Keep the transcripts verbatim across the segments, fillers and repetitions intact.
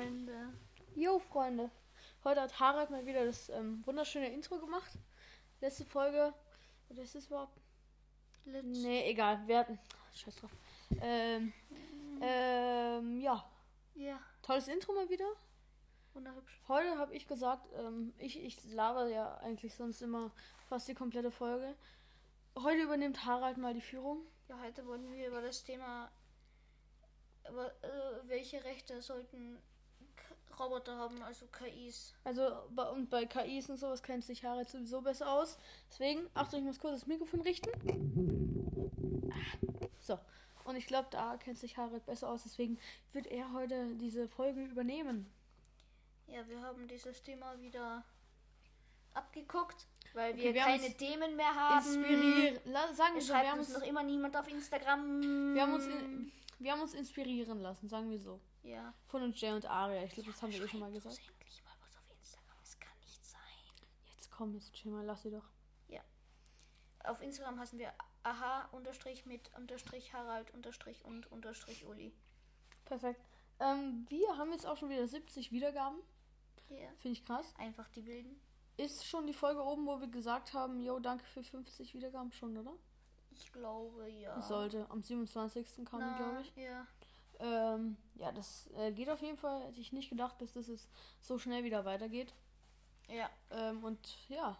Freunde. Jo, Freunde. Heute hat Harald mal wieder das ähm, wunderschöne Intro gemacht. Letzte Folge. Oder ist das überhaupt? Letzt. Nee, egal. Wir hatten. Scheiß drauf. Ähm, ähm, ja. Ja, Tolles Intro mal wieder. wunderhübsch. Heute habe ich gesagt, ähm, ich, ich laber ja eigentlich sonst immer fast die komplette Folge. Heute übernimmt Harald mal die Führung. Ja, heute wollen wir über das Thema, über, äh, welche Rechte sollten K- Roboter haben, also K Is. Also bei, und bei K Is und sowas kennt sich Harald sowieso besser aus. Deswegen, Achtung, ich muss kurz das Mikrofon richten. Ah, so. Und ich glaube, da kennt sich Harald besser aus. Deswegen wird er heute diese Folge übernehmen. Ja, wir haben dieses Thema wieder abgeguckt, weil Okay, wir, wir haben keine uns Themen mehr haben. Inspirieren. La- Sagen wir Es so, wir schreibt haben uns uns, noch immer niemand auf Instagram. wir, haben uns in, wir haben uns inspirieren lassen, sagen wir so. Ja. Von uns Jay und Aria. Ich glaube, das haben wir eh schon mal gesagt. Schreibt uns endlich mal was auf Instagram. Es kann nicht sein. Jetzt komm, jetzt Jay mal, lass sie doch. Auf Instagram heißen wir aha unterstrich mit unterstrich Harald unterstrich und unterstrich Uli. Perfekt. Ähm, wir haben jetzt auch schon wieder siebzig Wiedergaben. Ja. Finde ich krass. Einfach die Wilden. Ist schon die Folge oben, wo wir gesagt haben, yo, danke für fünfzig Wiedergaben schon, oder? Ich glaube, ja. Sollte. Am siebenundzwanzigsten kam die, glaube ich. Ja. Ähm, ja, das äh, geht auf jeden Fall. Hätte ich nicht gedacht, dass das jetzt so schnell wieder weitergeht. Ja. Ähm, und ja,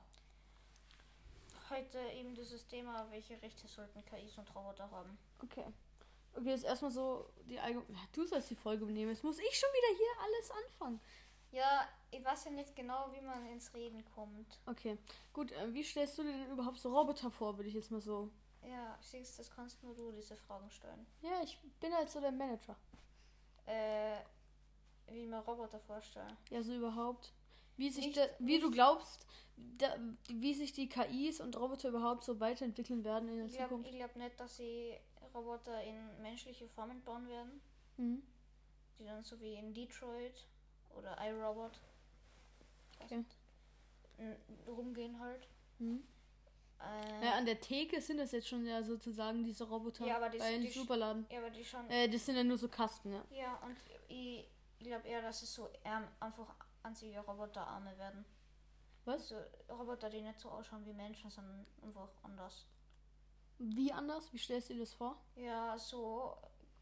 Heute eben dieses Thema, welche Rechte sollten K Is und Roboter haben. okay. Okay, jetzt erstmal so die allgemeine. Du sollst die Folge übernehmen. Jetzt muss ich schon wieder hier alles anfangen. Ja, ich weiß ja nicht genau, wie man ins Reden kommt. Okay, gut. Äh, wie stellst du dir denn überhaupt so Roboter vor, würde ich jetzt mal so. Ja, siehst, das kannst nur du diese Fragen stellen. Ja, ich bin halt so der Manager. Äh, wie man Roboter vorstellen. Ja, so überhaupt. Wie sich Nicht- da, wie du nicht- glaubst, da, wie sich die K Is und Roboter überhaupt so weiterentwickeln werden in der Ich glaube Zukunft. glaub nicht, dass sie Roboter in menschliche Formen bauen werden. Mhm. Die dann so wie in Detroit oder iRobot Okay. n- rumgehen halt. Mhm. Äh, Ja, an der Theke sind das jetzt schon ja sozusagen diese Roboter Ja, aber die bei sind- den die sch- Superladen. ja, aber die schon. Äh, das sind ja nur so Kasten, ja. Ja, und ich, ich glaube eher, dass es so eher einfach an sich Roboterarme werden. Was? Also Roboter, die nicht so ausschauen wie Menschen, sondern einfach anders. Wie anders? Wie stellst du dir das vor? Ja, so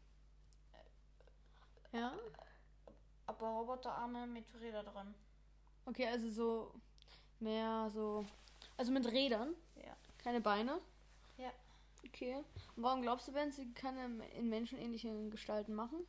Ja. aber Roboterarme mit Rädern dran. Okay, also so mehr so. Also mit Rädern, Ja. keine Beine. Ja. Okay. Und warum glaubst du, werden sie keine in menschenähnlichen Gestalten machen?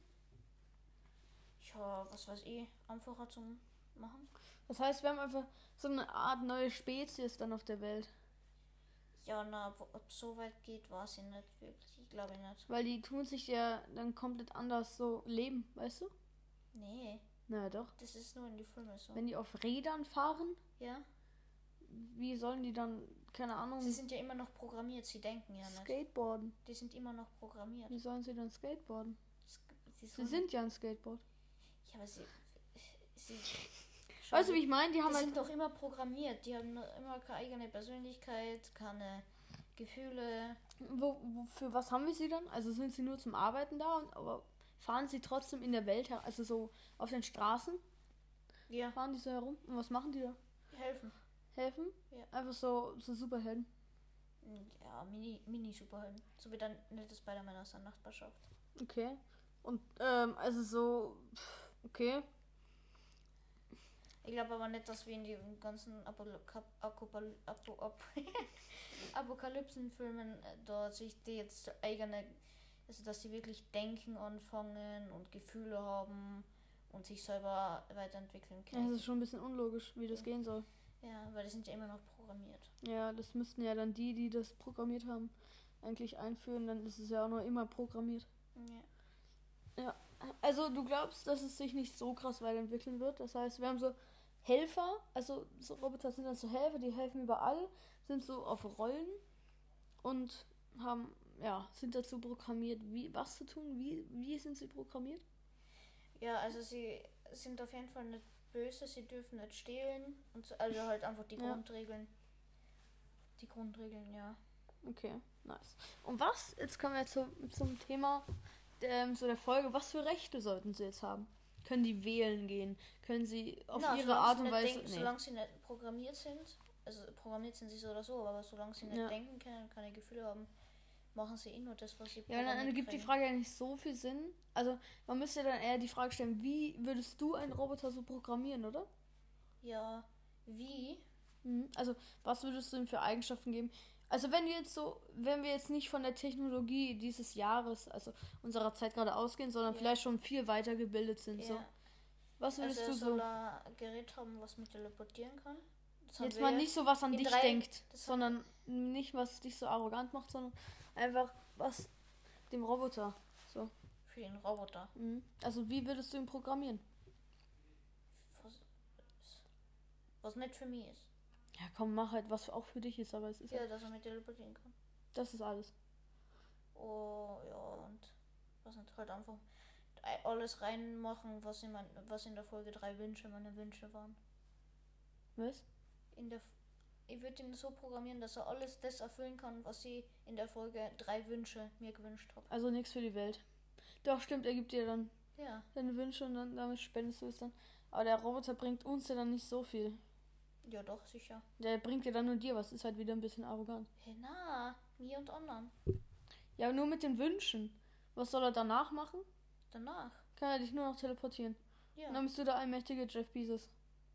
Ja, was weiß ich, einfacher zum machen. Das heißt, wir haben einfach so eine Art neue Spezies dann auf der Welt. Ja, na, wo- ob so weit geht, weiß ich nicht wirklich. Ich glaube nicht. Weil die tun sich ja dann komplett anders so leben, weißt du? Nee, Na doch. das ist nur in die Filme so. Wenn die auf Rädern fahren, Ja? wie sollen die dann, keine Ahnung, Sie sind ja immer noch programmiert, sie denken ja nicht. skateboarden? Die sind immer noch programmiert. Wie sollen sie dann skateboarden? Sie, Sie sind ja ein Skateboard. Ja, aber sie. sie Weißt du, wie ich meine? Die Die haben sind halt. doch immer programmiert. Die haben immer keine eigene Persönlichkeit, keine Gefühle. Wo, wo, für was haben wir sie dann? Also sind sie nur zum Arbeiten da, und, aber fahren sie trotzdem in der Welt, her- also so auf den Straßen? Ja, Fahren die so herum? Und was machen die da? helfen. Helfen? Ja. Einfach so, so Superhelden. Ja, Mini, Mini-Superhelden. So wie dann nettes Spider-Man aus der Nachbarschaft. Okay. Und, ähm, also so. pff, Okay. Ich glaube aber nicht, dass wir in den ganzen Apokap- Akopal- Apo- Ap- Apokalypsenfilmen äh, da sich die jetzt eigene, also dass sie wirklich denken anfangen und Gefühle haben und sich selber weiterentwickeln Ja, das können. ist schon ein bisschen unlogisch, wie das gehen soll. Ja, weil die sind ja immer noch programmiert. Ja, das müssten ja dann die, die das programmiert haben, eigentlich einführen. Dann ist es ja auch noch immer programmiert. Ja. Also du glaubst, dass es sich nicht so krass weiterentwickeln wird. Das heißt, wir haben so Helfer, also so Roboter sind dann so Helfer, die helfen überall, sind so auf Rollen und haben, ja, sind dazu programmiert, wie was zu tun. Wie, wie sind sie programmiert? Ja, also sie sind auf jeden Fall nicht böse, sie dürfen nicht stehlen und so, also halt einfach die Ja. Grundregeln. Die Grundregeln, ja. Okay, nice. Und was, jetzt kommen wir zu, zum Thema ähm, so der Folge, was für Rechte sollten sie jetzt haben? können die wählen gehen, können sie auf Na, ihre solange Art sie und nicht Weise... Denken, nee. Solange sie nicht programmiert sind, also programmiert sind sie so oder so, aber solange sie nicht Ja. denken können, keine Gefühle haben, machen sie eh nur das, was sie Ja, dann programmiert ergibt die kriegen. Frage ja nicht so viel Sinn. Also, man müsste dann eher die Frage stellen, wie würdest du einen Roboter so programmieren, oder? Ja, wie? Mhm. Also, was würdest du ihm für Eigenschaften geben? Also, wenn wir jetzt so, wenn wir jetzt nicht von der Technologie dieses Jahres, also unserer Zeit gerade ausgehen, sondern Ja. vielleicht schon viel weiter gebildet sind, Ja. so. Was würdest Also er du soll so... ein Gerät haben, was mich teleportieren kann. Das haben Jetzt wir mal ja nicht so, was an in dich drei- denkt, das haben- sondern nicht, was dich so arrogant macht, sondern einfach was dem Roboter. So. für den Roboter. Mhm. Also, wie würdest du ihn programmieren? Was, was nicht für mich ist. Ja, komm, mach halt, was auch für dich ist, aber es ist Ja, halt, dass er mich teleportieren kann. das ist alles. Oh, ja, und was nicht, halt einfach alles reinmachen, was in, mein, was in der Folge drei Wünsche meine Wünsche waren. Was? In der, ich würde ihn so programmieren, dass er alles das erfüllen kann, was ich in der Folge drei Wünsche mir gewünscht habe. Also nichts für die Welt. Doch, stimmt, er gibt dir dann Ja, deine Wünsche und dann damit spendest du es dann. Aber der Roboter bringt uns ja dann nicht so viel. ja doch, sicher. Der bringt dir dann nur dir was, ist halt wieder ein bisschen arrogant. Hey, na, mir und anderen. Ja, aber nur mit den Wünschen. Was soll er danach machen? Danach. Kann er dich nur noch teleportieren. Ja. Und dann bist du der allmächtige Jeff Bezos.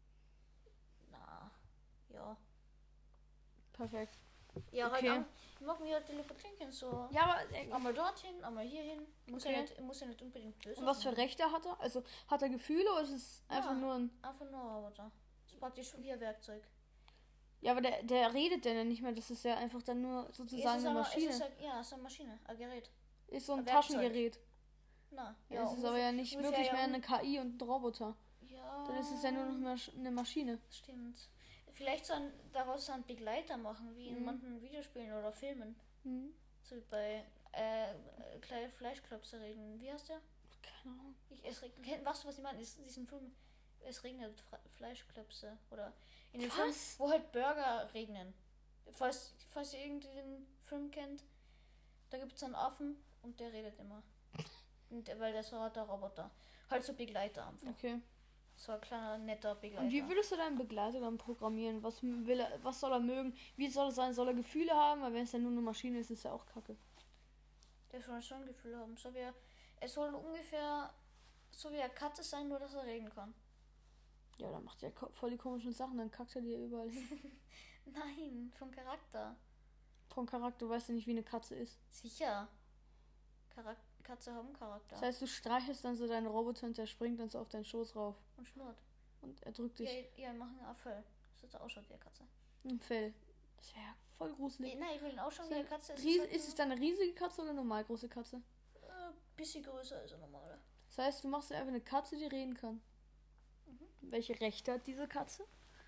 Na, ja. Perfekt. Ja, Okay. halt, auch- ich mag mich halt teleportieren können, so. Ja, aber äh, Einmal dorthin, einmal hierhin. Muss, Okay. ja nicht, muss ja nicht unbedingt böse und was für sein. Rechte hat er? Also hat er Gefühle oder ist es einfach Ja. nur ein... Einfach nur Roboter. Das ist praktisch wie ein Werkzeug. Ja, aber der, der redet denn ja nicht mehr. Das ist ja einfach dann nur Es sozusagen ist eine aber, Maschine. Es Ist, ist ein, ja, es ist eine Maschine, ein Gerät. so ein ein Werkzeug. Taschengerät. Na, Ja, es ist ungefähr- aber ja nicht ungefähr wirklich ja mehr un- eine K I und ein Roboter. Ja. Dann ist es ja nur noch mehr sch- eine Maschine. Stimmt. Vielleicht so ein, daraus so einen Begleiter machen, wie in Mhm. manchen Videospielen oder Filmen. Hm. So wie bei äh, äh, kleine Fleischklöpse reden. Wie heißt der? Keine Ahnung. Ich, es regnet, weißt du, was ich meine? Ist diesen Film, es regnet Fra- Fleischklöpse. Oder in dem Film, Was? wo halt Burger regnen. Falls, falls ihr irgendwie den Film kennt, da gibt es einen Affen und der redet immer. Und der, weil der so hat der Roboter. Halt so Begleiter einfach. Okay. So ein kleiner, netter Begleiter. Und wie würdest du deinen Begleiter dann programmieren? Was will er, was soll er mögen? Wie soll es sein? Soll er Gefühle haben? Weil wenn es ja nur eine Maschine ist, ist ja auch kacke. Der soll schon Gefühle haben. So wie er, er soll ungefähr so wie eine Katze sein, nur dass er reden kann. Ja, dann macht er ko- voll die komischen Sachen, dann kackt er dir überall hin. Nein, vom Charakter. Vom Charakter weißt du nicht, wie eine Katze ist. Sicher. Charak Katze haben Charakter. Das heißt, du streichelst dann so deinen Roboter und der springt dann so auf deinen Schoß rauf. Und schnurrt. Und er drückt Ja, dich ja, machen einen Fell. Das sieht ausschaut wie eine Katze. im Fell. Das wäre ja voll gruselig. Nee, nein, ich will ihn auch schon Ist wie eine ein Katze. Es Ries halt ist es dann eine riesige Katze oder eine normal große Katze? ein äh, bisschen größer als eine normale. Das heißt, du machst dir einfach eine Katze, die reden kann. Mhm. Welche Rechte hat diese Katze?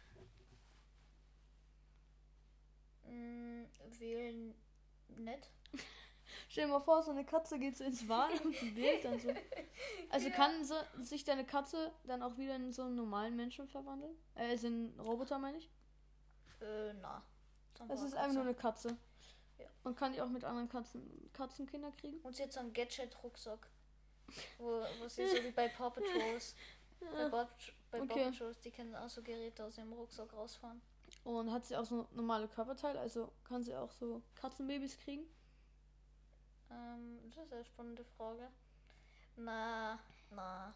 Mm, wählen nett. Stell dir mal vor, so eine Katze geht so ins Wahl und wählt dann so. Also Ja. kann so, sich deine Katze dann auch wieder in so einen normalen Menschen verwandeln? Äh, also in einen Roboter, meine ich. Äh, na. Das ist einfach nur eine Katze. Ja. Und kann die auch mit anderen Katzen Katzenkinder kriegen? Und sie hat so einen Gadget-Rucksack. Wo, wo sie so wie bei Paw Patrols. Bei, Paw, bei Okay. Paw Patrols, die können auch so Geräte aus ihrem Rucksack rausfahren. Und hat sie auch so normale Körperteile? Also kann sie auch so Katzenbabys kriegen? Ähm, das ist eine spannende Frage. Na, na.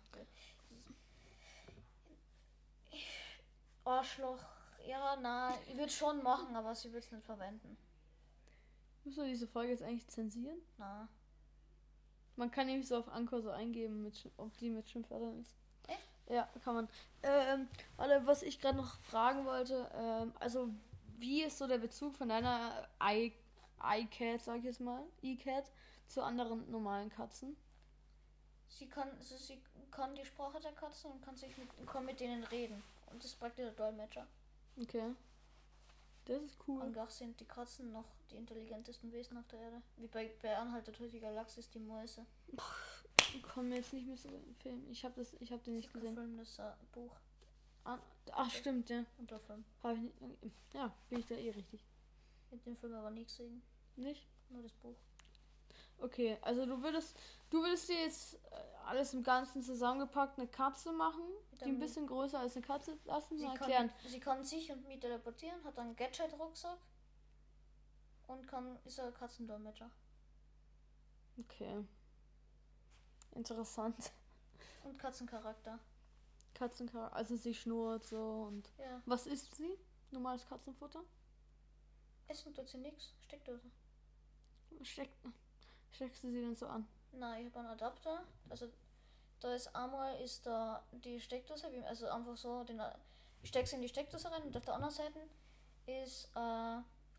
Arschloch. Ja, na, ich würde schon machen, aber sie würde es nicht verwenden. Müssen wir diese Folge jetzt eigentlich zensieren? Na. Man kann nämlich so auf Anchor so eingeben, mit, Sch- ob die mit Schimpfwörtern ist. Echt? Ja, kann man. Ähm, alle, was ich gerade noch fragen wollte, ähm, also wie ist so der Bezug von deiner i iCat, sag ich jetzt mal, iCat, zu anderen normalen Katzen? Sie kann, also sie kann die Sprache der Katzen und kann sich mit, kann mit denen reden. Und das ist praktisch der Dolmetscher. Okay. Das ist cool. Und auch sind die Katzen noch die intelligentesten Wesen auf der Erde. Wie bei, bei Anhalt der Tod die Galaxis die Mäuse. Ich komme jetzt nicht mehr so in den Film. Ich habe das, ich habe den nicht Der gesehen. Film, das äh, Buch Ah, ach, stimmt, ja. und der Film. Hab ich nicht, ja, bin ich da eh richtig. Ich hab den Film aber nie gesehen, Nicht? nur das Buch. Okay, also du würdest, du würdest dir jetzt äh, alles im Ganzen zusammengepackt eine Katze machen, die ein bisschen größer als eine Katze. Lass uns Sie mal kann, erklären. sie kann sich und mich teleportieren, hat einen Gadget-Rucksack und kann ist ein Katzendolmetscher. Okay. Interessant. Und Katzencharakter. Katzencharakter, also sie schnurrt so und. Ja. Was isst sie? Normales Katzenfutter? Essen tut sie nichts. Steckdose. Steck, steckst du sie denn so an? Nein, ich habe einen Adapter. Also da ist einmal ist da die Steckdose, wie- also einfach so, den, ich stecke sie in die Steckdose rein und auf der anderen Seite ist, äh,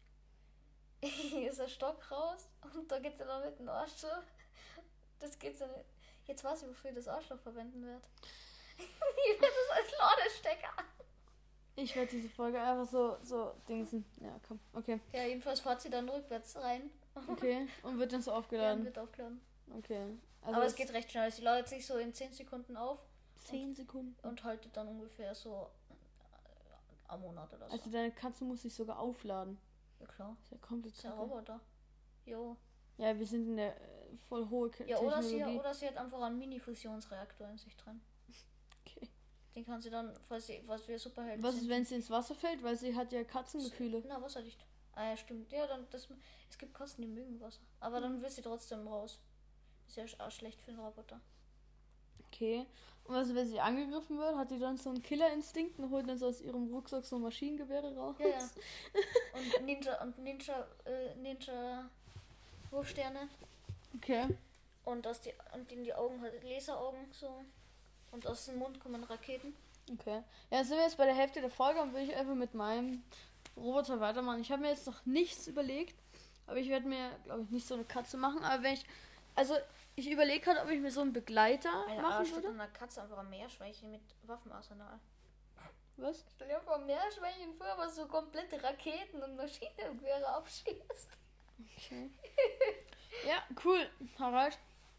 ist ein Stock raus und da geht sie dann mit dem Arschloch. Das geht so nicht. Jetzt weiß ich, wofür ich das Arschloch verwenden wird. Ich werde das als Ladestecker. Ich werde diese Folge einfach so, so dingsen. Ja, komm. Okay. Ja, jedenfalls fährt sie dann rückwärts rein. Okay. Und wird dann so Ja, aufgeladen. wird aufgeladen. Okay. Also Aber es geht recht schnell. Sie ladet sich so in zehn Sekunden auf zehn Sekunden. und haltet dann ungefähr so äh, einen Monat oder so. Also deine Katze muss sich sogar aufladen. Ja klar. Das ist ja komplett Das ist ein kacke. Roboter. Jo. Ja, wir sind in der äh, voll hohe Ke- Ja, oder sie, Technologie. oder sie hat einfach einen Mini-Fusionsreaktor in sich drin. Okay. Den kann sie dann, falls sie, was wir Superhelden Was ist, sind. wenn sie ins Wasser fällt? Weil sie hat ja Katzengefühle. Na, wasserdicht. Ah ja, stimmt. Ja, dann, das, es gibt Katzen, die mögen Wasser. Aber dann will sie trotzdem raus. Ist ja auch schlecht für einen Roboter. Okay. Und was, wenn sie angegriffen wird, hat sie dann so einen Killerinstinkt und holt dann so aus ihrem Rucksack so Maschinengewehre raus? Ja, ja. Und Ninja, und Ninja, äh, Ninja Wurfsterne. Okay. Und, aus die, und in die Augen hat Laseraugen so. Und aus dem Mund kommen Raketen. Okay. Ja, sind wir jetzt bei der Hälfte der Folge und will ich einfach mit meinem Roboter weitermachen. Ich habe mir jetzt noch nichts überlegt, aber ich werde mir, glaube ich, nicht so eine Katze machen. Aber wenn ich, also ich überlege gerade, ob ich mir so einen Begleiter Eine machen Arsch steht würde. an einer Katze einfach ein Meerschweinchen mit Waffenarsenal. Was? Stell dir vor, ein Meerschweinchen vor, was so komplette Raketen und Maschinengewehre abschießt. Okay. Ja, cool, Harald.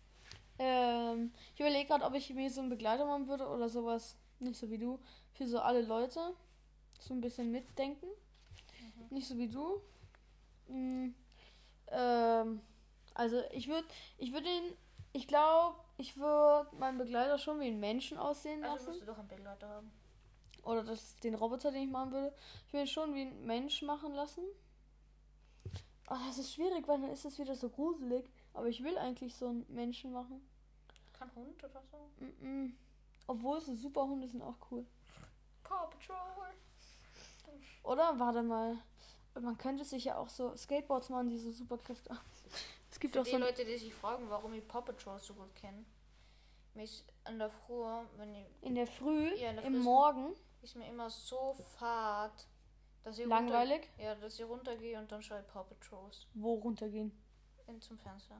Ähm, ich überlege gerade, ob ich mir so einen Begleiter machen würde oder sowas, nicht so wie du, für so alle Leute. So ein bisschen mitdenken. Mhm. Nicht so wie du. Mm, ähm, also ich würde, ich würde ihn, ich glaube, ich würde meinen Begleiter schon wie einen Menschen aussehen Also lassen. musst du doch einen Begleiter haben. Oder das, den Roboter, den ich machen würde. Ich würde ihn schon wie ein Mensch machen lassen. Oh, das ist schwierig, weil dann ist es wieder so gruselig. Aber ich will eigentlich so einen Menschen machen. Kein Hund oder so? Mm-mm. Obwohl, so Superhunde sind auch cool. Paw Patrol. Oder? Warte mal. Man könnte sich ja auch so Skateboards machen, die so Superkräfte haben. Es gibt Für auch die so ein, Leute, die sich fragen, warum ich Paw Patrol so gut kenne. Mir ist an der Früh, wenn ich, in der Früh, Ja, in der im Früh ist- Morgen, ist mir immer so fad, dass ich langweilig, Runter, ja, dass ich runtergehe und dann schaue ich Paw Patrols wo runtergehen? in zum Fernseher.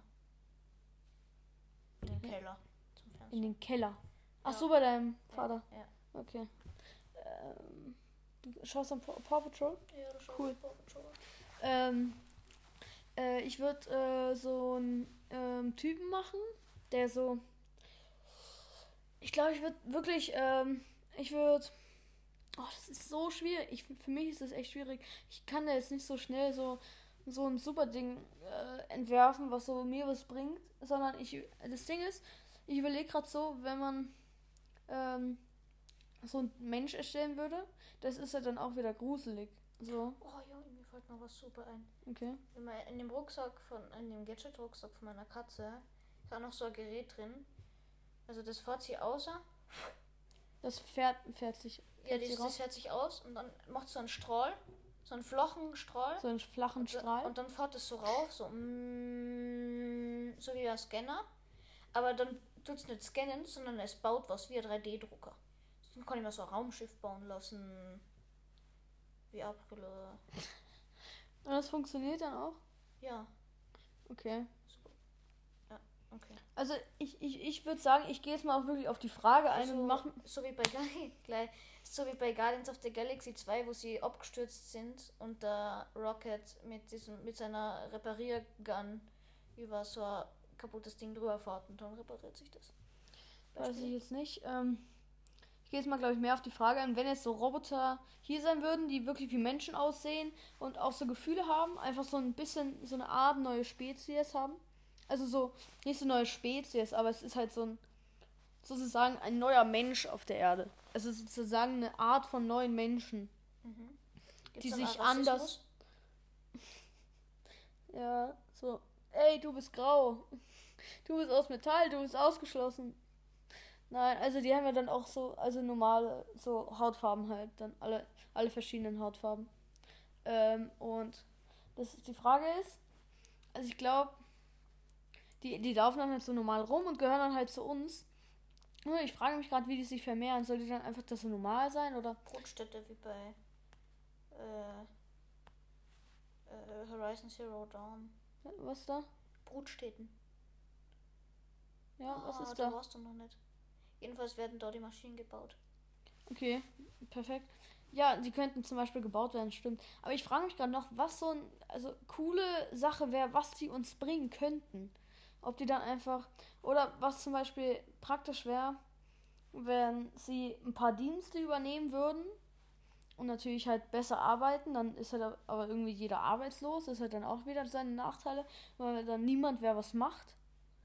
In den Ja. Keller zum Fernseher. In den Keller. Ach Ja. so, bei deinem Vater. Ja. Okay. Ähm, du schaust dann Paw Paw Patrol? Ja, das schaue Cool. ich Paw Patrol. Ähm, äh, ich würde äh, so einen ähm, Typen machen, der so. Ich glaube, ich würde wirklich. Ähm, ich würde. Oh, das ist so schwierig. Ich, für mich ist das echt schwierig. Ich kann da jetzt nicht so schnell so, so ein super Ding äh, entwerfen, was so mir was bringt, sondern ich. Das Ding ist, ich überlege gerade so, wenn man ähm, so einen Mensch erstellen würde, das ist ja dann auch wieder gruselig. So, Oh ja, mir fällt noch was super ein. okay. In, mein, in dem Rucksack von, in dem Gadget-Rucksack von meiner Katze ist auch noch so ein Gerät drin. Also das fährt sie außer. Das fährt, fährt sich. Ja, fährt das, sie das raus. fährt sich aus und dann macht so einen Strahl, so einen flachen Strahl. So einen flachen und, Strahl. und dann fährt es so rauf, so mm, so wie ein Scanner. Aber dann tut es nicht scannen, sondern es baut was wie ein drei D-Drucker. Dann kann ich mir so ein Raumschiff bauen lassen. Wie April. Und das funktioniert dann auch? Ja, Okay. super. Ja, okay. Also ich, ich, ich würde sagen, ich gehe jetzt mal auch wirklich auf die Frage ein Also, und mache. so wie bei Gu- gleich, so wie bei Guardians of the Galaxy zwei, wo sie abgestürzt sind und der Rocket mit diesem mit seiner Repariergun über so ein kaputtes Ding drüber fährt und dann repariert sich das. Weiß ich Beispiel. jetzt nicht. Ähm, ich gehe jetzt mal, glaube ich, mehr auf die Frage ein. Wenn jetzt so Roboter hier sein würden, die wirklich wie Menschen aussehen und auch so Gefühle haben, einfach so ein bisschen so eine Art neue Spezies haben. Also so, nicht so neue Spezies, aber es ist halt so ein, sozusagen ein neuer Mensch auf der Erde. Es ist sozusagen eine Art von neuen Menschen, Mhm. Gibt's die dann sich auch anders... Rassismus? Ja, so, ey, du bist grau. Du bist aus Metall, du bist ausgeschlossen. Nein, also die haben ja dann auch so, also normale, so Hautfarben halt, dann alle, alle verschiedenen Hautfarben. Ähm, und das ist, die Frage ist, also ich glaube, die, die laufen dann halt so normal rum und gehören dann halt zu uns. Nur ich frage mich gerade, wie die sich vermehren. Soll die dann einfach das so normal sein, oder? Brutstätte wie bei äh, äh, Horizon Zero Dawn. Was da? Brutstätten. Ja, was Ah, ist da da? warst du noch nicht. Jedenfalls werden da die Maschinen gebaut. Okay, perfekt. Ja, die könnten zum Beispiel gebaut werden, stimmt. Aber ich frage mich gerade noch, was so ein, also coole Sache wäre, was die uns bringen könnten. Ob die dann einfach, oder was zum Beispiel praktisch wäre, wenn sie ein paar Dienste übernehmen würden und natürlich halt besser arbeiten, dann ist halt aber irgendwie jeder arbeitslos, das hat dann auch wieder seine Nachteile, weil dann niemand wer was macht.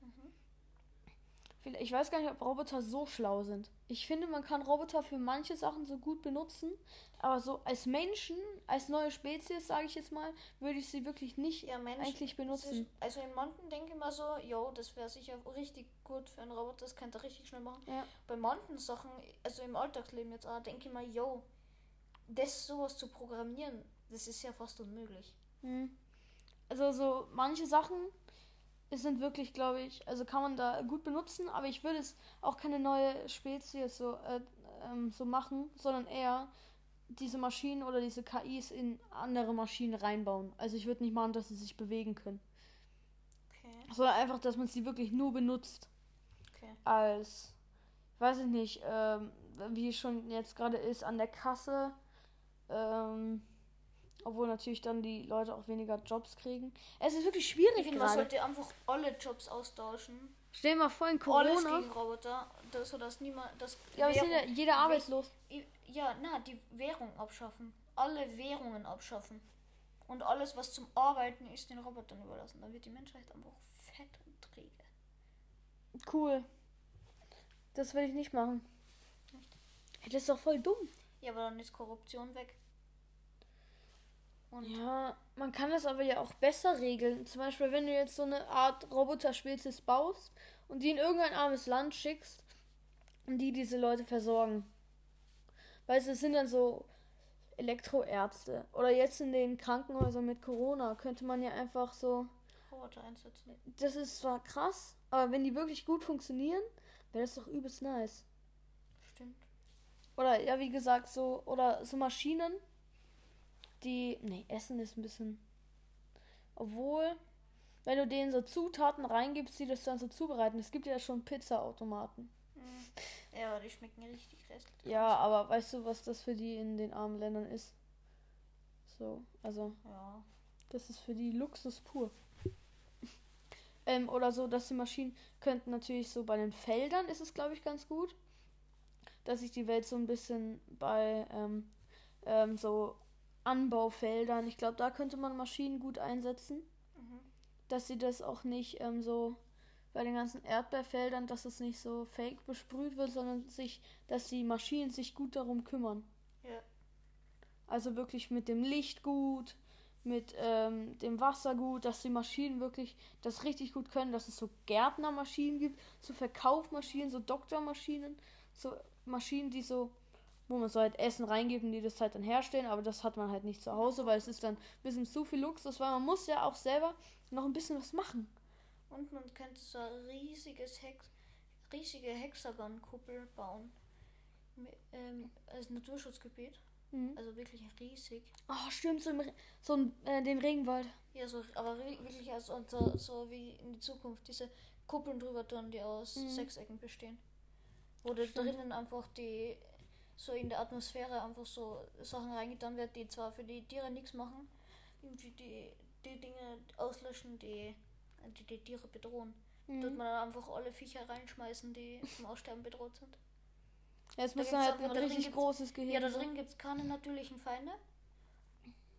Ich weiß gar nicht, ob Roboter so schlau sind. Ich finde, man kann Roboter für manche Sachen so gut benutzen, aber so als Menschen, als neue Spezies, sage ich jetzt mal, würde ich sie wirklich nicht Ja, Mensch, eigentlich benutzen. Ist, also in manchen denke ich mal so, jo, das wäre sicher richtig gut für einen Roboter, das könnte er richtig schnell machen. Ja. Bei manchen Sachen, also im Alltagsleben jetzt auch, denke ich mal, jo, das sowas zu programmieren, das ist ja fast unmöglich. Hm. Also so manche Sachen es sind wirklich, glaube ich, also kann man da gut benutzen, aber ich würde es auch keine neue Spezies so, äh, ähm, so machen, sondern eher diese Maschinen oder diese K Is in andere Maschinen reinbauen. Also ich würde nicht machen, dass sie sich bewegen können. Okay. Sondern einfach, dass man sie wirklich nur benutzt. Okay. Als, weiß ich nicht, ähm, wie schon jetzt gerade ist, an der Kasse, ähm, obwohl natürlich dann die Leute auch weniger Jobs kriegen. Es ist wirklich schwierig Ich finde, man gerade. sollte einfach alle Jobs austauschen. Stell dir mal vor, in Alles Corona. gegen Roboter, das, sodass niemand das Ja, aber es sind ja Währung- jeder arbeitslos. I- Ja, na, die Währung abschaffen. Alle Währungen abschaffen. Und alles, was zum Arbeiten ist, den Robotern überlassen. Dann wird die Menschheit einfach fett und träge. Cool. Das will ich nicht machen. Echt? Hey, das ist doch voll dumm. Ja, aber dann ist Korruption weg. Und Ja, man kann das aber ja auch besser regeln. Zum Beispiel, wenn du jetzt so eine Art Roboter-Spezies baust und die in irgendein armes Land schickst und die diese Leute versorgen. Weißt du, es sind dann so Elektroärzte. Oder jetzt in den Krankenhäusern mit Corona könnte man ja einfach so... Roboter einsetzen. Das ist zwar krass, aber wenn die wirklich gut funktionieren, wäre das doch übelst nice. Stimmt. Oder ja, wie gesagt, so... Oder so Maschinen, die... Nee, Essen ist ein bisschen... Obwohl, wenn du denen so Zutaten reingibst, die das dann so zubereiten. Es gibt ja schon Pizza-Automaten. Mhm. Ja, die schmecken richtig hässlich. Ja, aber weißt du, was das für die in den armen Ländern ist? So, also, Ja. das ist für die Luxus pur. ähm, oder so, dass die Maschinen könnten natürlich so bei den Feldern ist es, glaube ich, ganz gut. Dass sich die Welt so ein bisschen bei ähm, ähm, so Anbaufeldern, ich glaube, da könnte man Maschinen gut einsetzen. Mhm. Dass sie das auch nicht ähm, so bei den ganzen Erdbeerfeldern, dass es nicht so fake besprüht wird, sondern sich, dass die Maschinen sich gut darum kümmern. Ja. Also wirklich mit dem Licht gut, mit ähm, dem Wasser gut, dass die Maschinen wirklich das richtig gut können, dass es so Gärtnermaschinen gibt, so Verkaufmaschinen, so Doktormaschinen, so Maschinen, die so, wo man so halt Essen reingibt und die das halt dann herstellen, aber das hat man halt nicht zu Hause, weil es ist dann ein bisschen zu viel Luxus, weil man muss ja auch selber noch ein bisschen was machen. Und man könnte so ein riesiges Hex, riesige Hexagon-Kuppel bauen. Mit, ähm, als Naturschutzgebiet. Mhm. Also wirklich riesig. Oh, stimmt, so, im, Re- so ein, äh, den Regenwald. Ja, so, aber ri- wirklich als und so, so wie in die Zukunft. Diese Kuppeln drüber tun, die aus Mhm. Sechsecken bestehen. Wo da Stimmt. drinnen einfach die, so in der Atmosphäre einfach so Sachen reingetan wird, die zwar für die Tiere nichts machen, irgendwie die, die Dinge auslöschen, die die, die Tiere bedrohen. Mhm. Tut man dann einfach alle Viecher reinschmeißen, die vom Aussterben bedroht sind. Jetzt Da muss gibt's man halt einfach- ein da drin richtig gibt's- großes Gehirn. Ja, da drin gibt es keine natürlichen Feinde.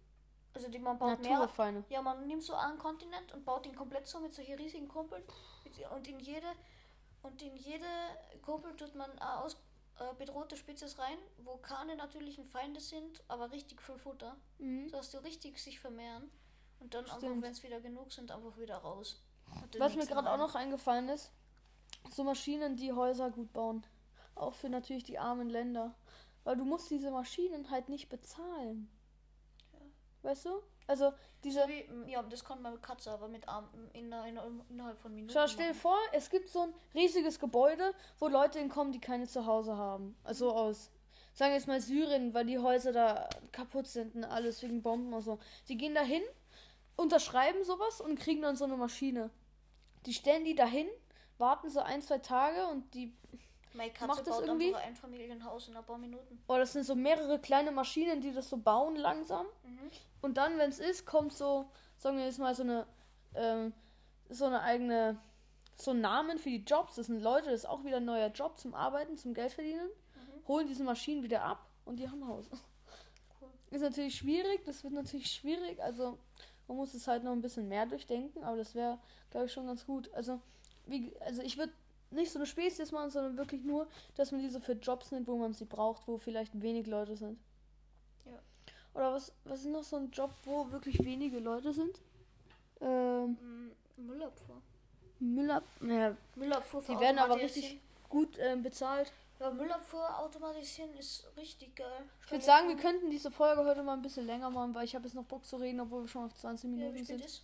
Also die man baut mehr. Naturfeinde. Ja, man nimmt so einen Kontinent und baut ihn komplett so mit solchen riesigen Kumpeln. Und in jede und in jede Kumpel tut man eine aus, äh, bedrohte Spezies rein, wo keine natürlichen Feinde sind, aber richtig viel Futter. Mhm. So dass die richtig sich vermehren. Und dann Stimmt. einfach, wenn es wieder genug sind, einfach wieder raus. Was mir gerade auch noch eingefallen ist, so Maschinen, die Häuser gut bauen. Auch für natürlich die armen Länder. Weil du musst diese Maschinen halt nicht bezahlen. Ja. Weißt du? Also diese... So wie, ja, das kann man mit Katze, aber mit Arm in, in, in, innerhalb von Minuten. Schau, stell dir vor, es gibt so ein riesiges Gebäude, wo Leute hinkommen, die keine Zuhause haben. Also aus, sagen wir jetzt mal Syrien, weil die Häuser da kaputt sind und alles wegen Bomben und so. Die gehen da hin, unterschreiben sowas und kriegen dann so eine Maschine. Die stellen die dahin, warten so ein, zwei Tage und die Meine Katze macht das baut irgendwie. einfach ein Einfamilienhaus in ein paar Minuten. Oh, das sind so mehrere kleine Maschinen, die das so bauen langsam. Mhm. Und dann, wenn es ist, kommt so, sagen wir jetzt mal so eine, ähm, so eine eigene, so ein Namen für die Jobs. Das sind Leute, das ist auch wieder ein neuer Job zum Arbeiten, zum Geld verdienen. Mhm. Holen diese Maschinen wieder ab und die haben Haus. Cool. Ist natürlich schwierig, das wird natürlich schwierig, also man muss es halt noch ein bisschen mehr durchdenken, aber das wäre, glaube ich, schon ganz gut. Also, wie, also ich würde nicht so eine Spezies machen, sondern wirklich nur, dass man diese für Jobs nimmt, wo man sie braucht, wo vielleicht wenig Leute sind. Ja. Oder was, was ist noch so ein Job, wo wirklich wenige Leute sind? Ähm, Mm, Müllabfuhr. Müllab... Naja, Müllabfuhr die werden aber automatisieren. richtig gut ähm, bezahlt. Ja, Müllabfuhr automatisieren ist richtig geil. Ich würde sagen, wir könnten diese Folge heute mal ein bisschen länger machen, weil ich habe jetzt noch Bock zu reden, obwohl wir schon auf zwanzig Ja, Minuten wie spät sind. ist?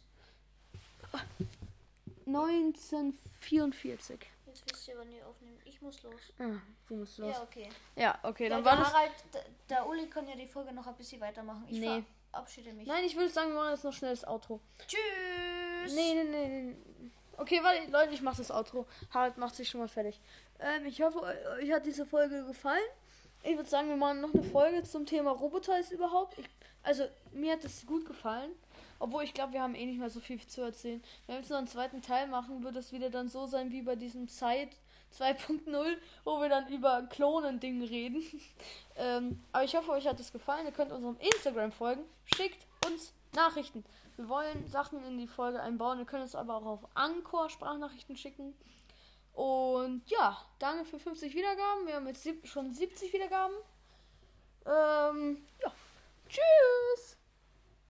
neunzehnhundertvierundvierzig. Jetzt wisst ihr, wann ihr aufnehmen. Ich muss los. Ah, du musst los. Ja, okay. Ja, okay, dann ja, war der das... Harald, der, der Uli kann ja die Folge noch ein bisschen weitermachen. Ich Nee. verabschiede mich. Nein, ich würde sagen, wir machen jetzt noch schnell das Outro. Tschüss! Nee, nee, nee, nee. Okay, warte, Leute, ich mache das Outro. Harald macht sich schon mal fertig. Ähm, ich hoffe, euch hat diese Folge gefallen. Ich würde sagen, wir machen noch eine Folge zum Thema Roboter ist überhaupt. Ich, also, mir hat es gut gefallen. Obwohl, ich glaube, wir haben eh nicht mehr so viel zu erzählen. Wenn wir jetzt noch einen zweiten Teil machen, wird es wieder dann so sein wie bei diesem Side zwei Punkt null, wo wir dann über Klonen-Ding reden. ähm, aber ich hoffe, euch hat es gefallen. Ihr könnt unserem Instagram folgen. Schickt uns Nachrichten. Wir wollen Sachen in die Folge einbauen. Wir können es aber auch auf Anchor Sprachnachrichten schicken. Und ja, danke für fünfzig Wiedergaben. Wir haben jetzt sieb- schon siebzig Wiedergaben. Ähm, ja. Tschüss!